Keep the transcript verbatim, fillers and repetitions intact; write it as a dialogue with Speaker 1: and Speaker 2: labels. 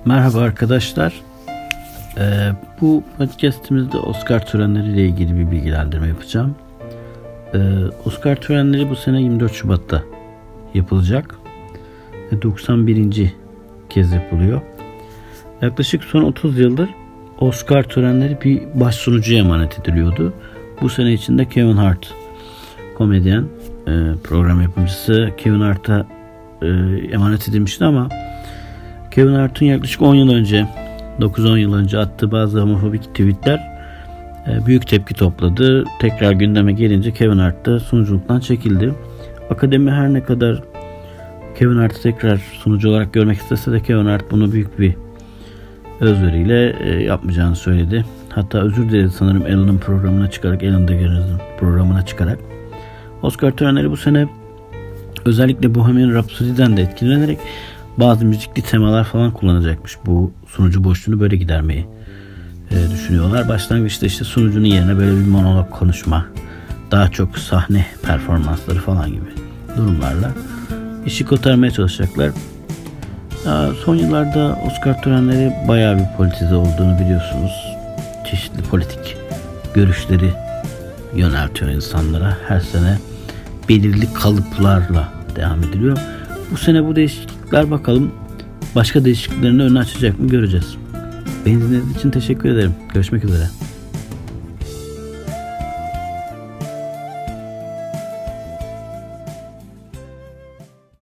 Speaker 1: Merhaba arkadaşlar. Ee, bu podcastimizde Oscar törenleriyle ilgili bir bilgilendirme yapacağım. Ee, Oscar törenleri bu sene yirmi dört Şubat'ta yapılacak. doksan birinci kez yapılıyor. Yaklaşık son otuz yıldır Oscar törenleri bir baş sunucuya emanet ediliyordu. Bu sene içinde Kevin Hart, komedyen, e, program yapımcısı Kevin Hart'a e, emanet edilmişti ama Kevin Hart'ın yaklaşık on yıl önce, dokuz on yıl önce attığı bazı homofobik tweetler e, büyük tepki topladı. Tekrar gündeme gelince Kevin Hart da sunuculuktan çekildi. Akademi her ne kadar Kevin Hart'ı tekrar sunucu olarak görmek istese de Kevin Hart bunu büyük bir özveriyle e, yapmayacağını söyledi. Hatta özür diledi sanırım Ellen'ın programına çıkarak, Ellen DeGeneres'in programına çıkarak. Oscar törenleri bu sene özellikle Bohemian Rhapsody'den de etkilenerek bazı müzikli temalar falan kullanacakmış. Bu sunucu boşluğunu böyle gidermeyi e, düşünüyorlar. Başlangıçta işte sunucunun yerine böyle bir monolog konuşma, daha çok sahne performansları falan gibi durumlarla işi kotarmaya çalışacaklar. Daha son yıllarda Oscar törenleri bayağı bir politize olduğunu biliyorsunuz. Çeşitli politik görüşleri yöneltiyor insanlara. Her sene belirli kalıplarla devam ediliyor. Bu sene bu değişiklikler bakalım başka değişikliklerin önünü açacak mı göreceğiz. Beni dinlediğiniz için teşekkür ederim. Görüşmek üzere.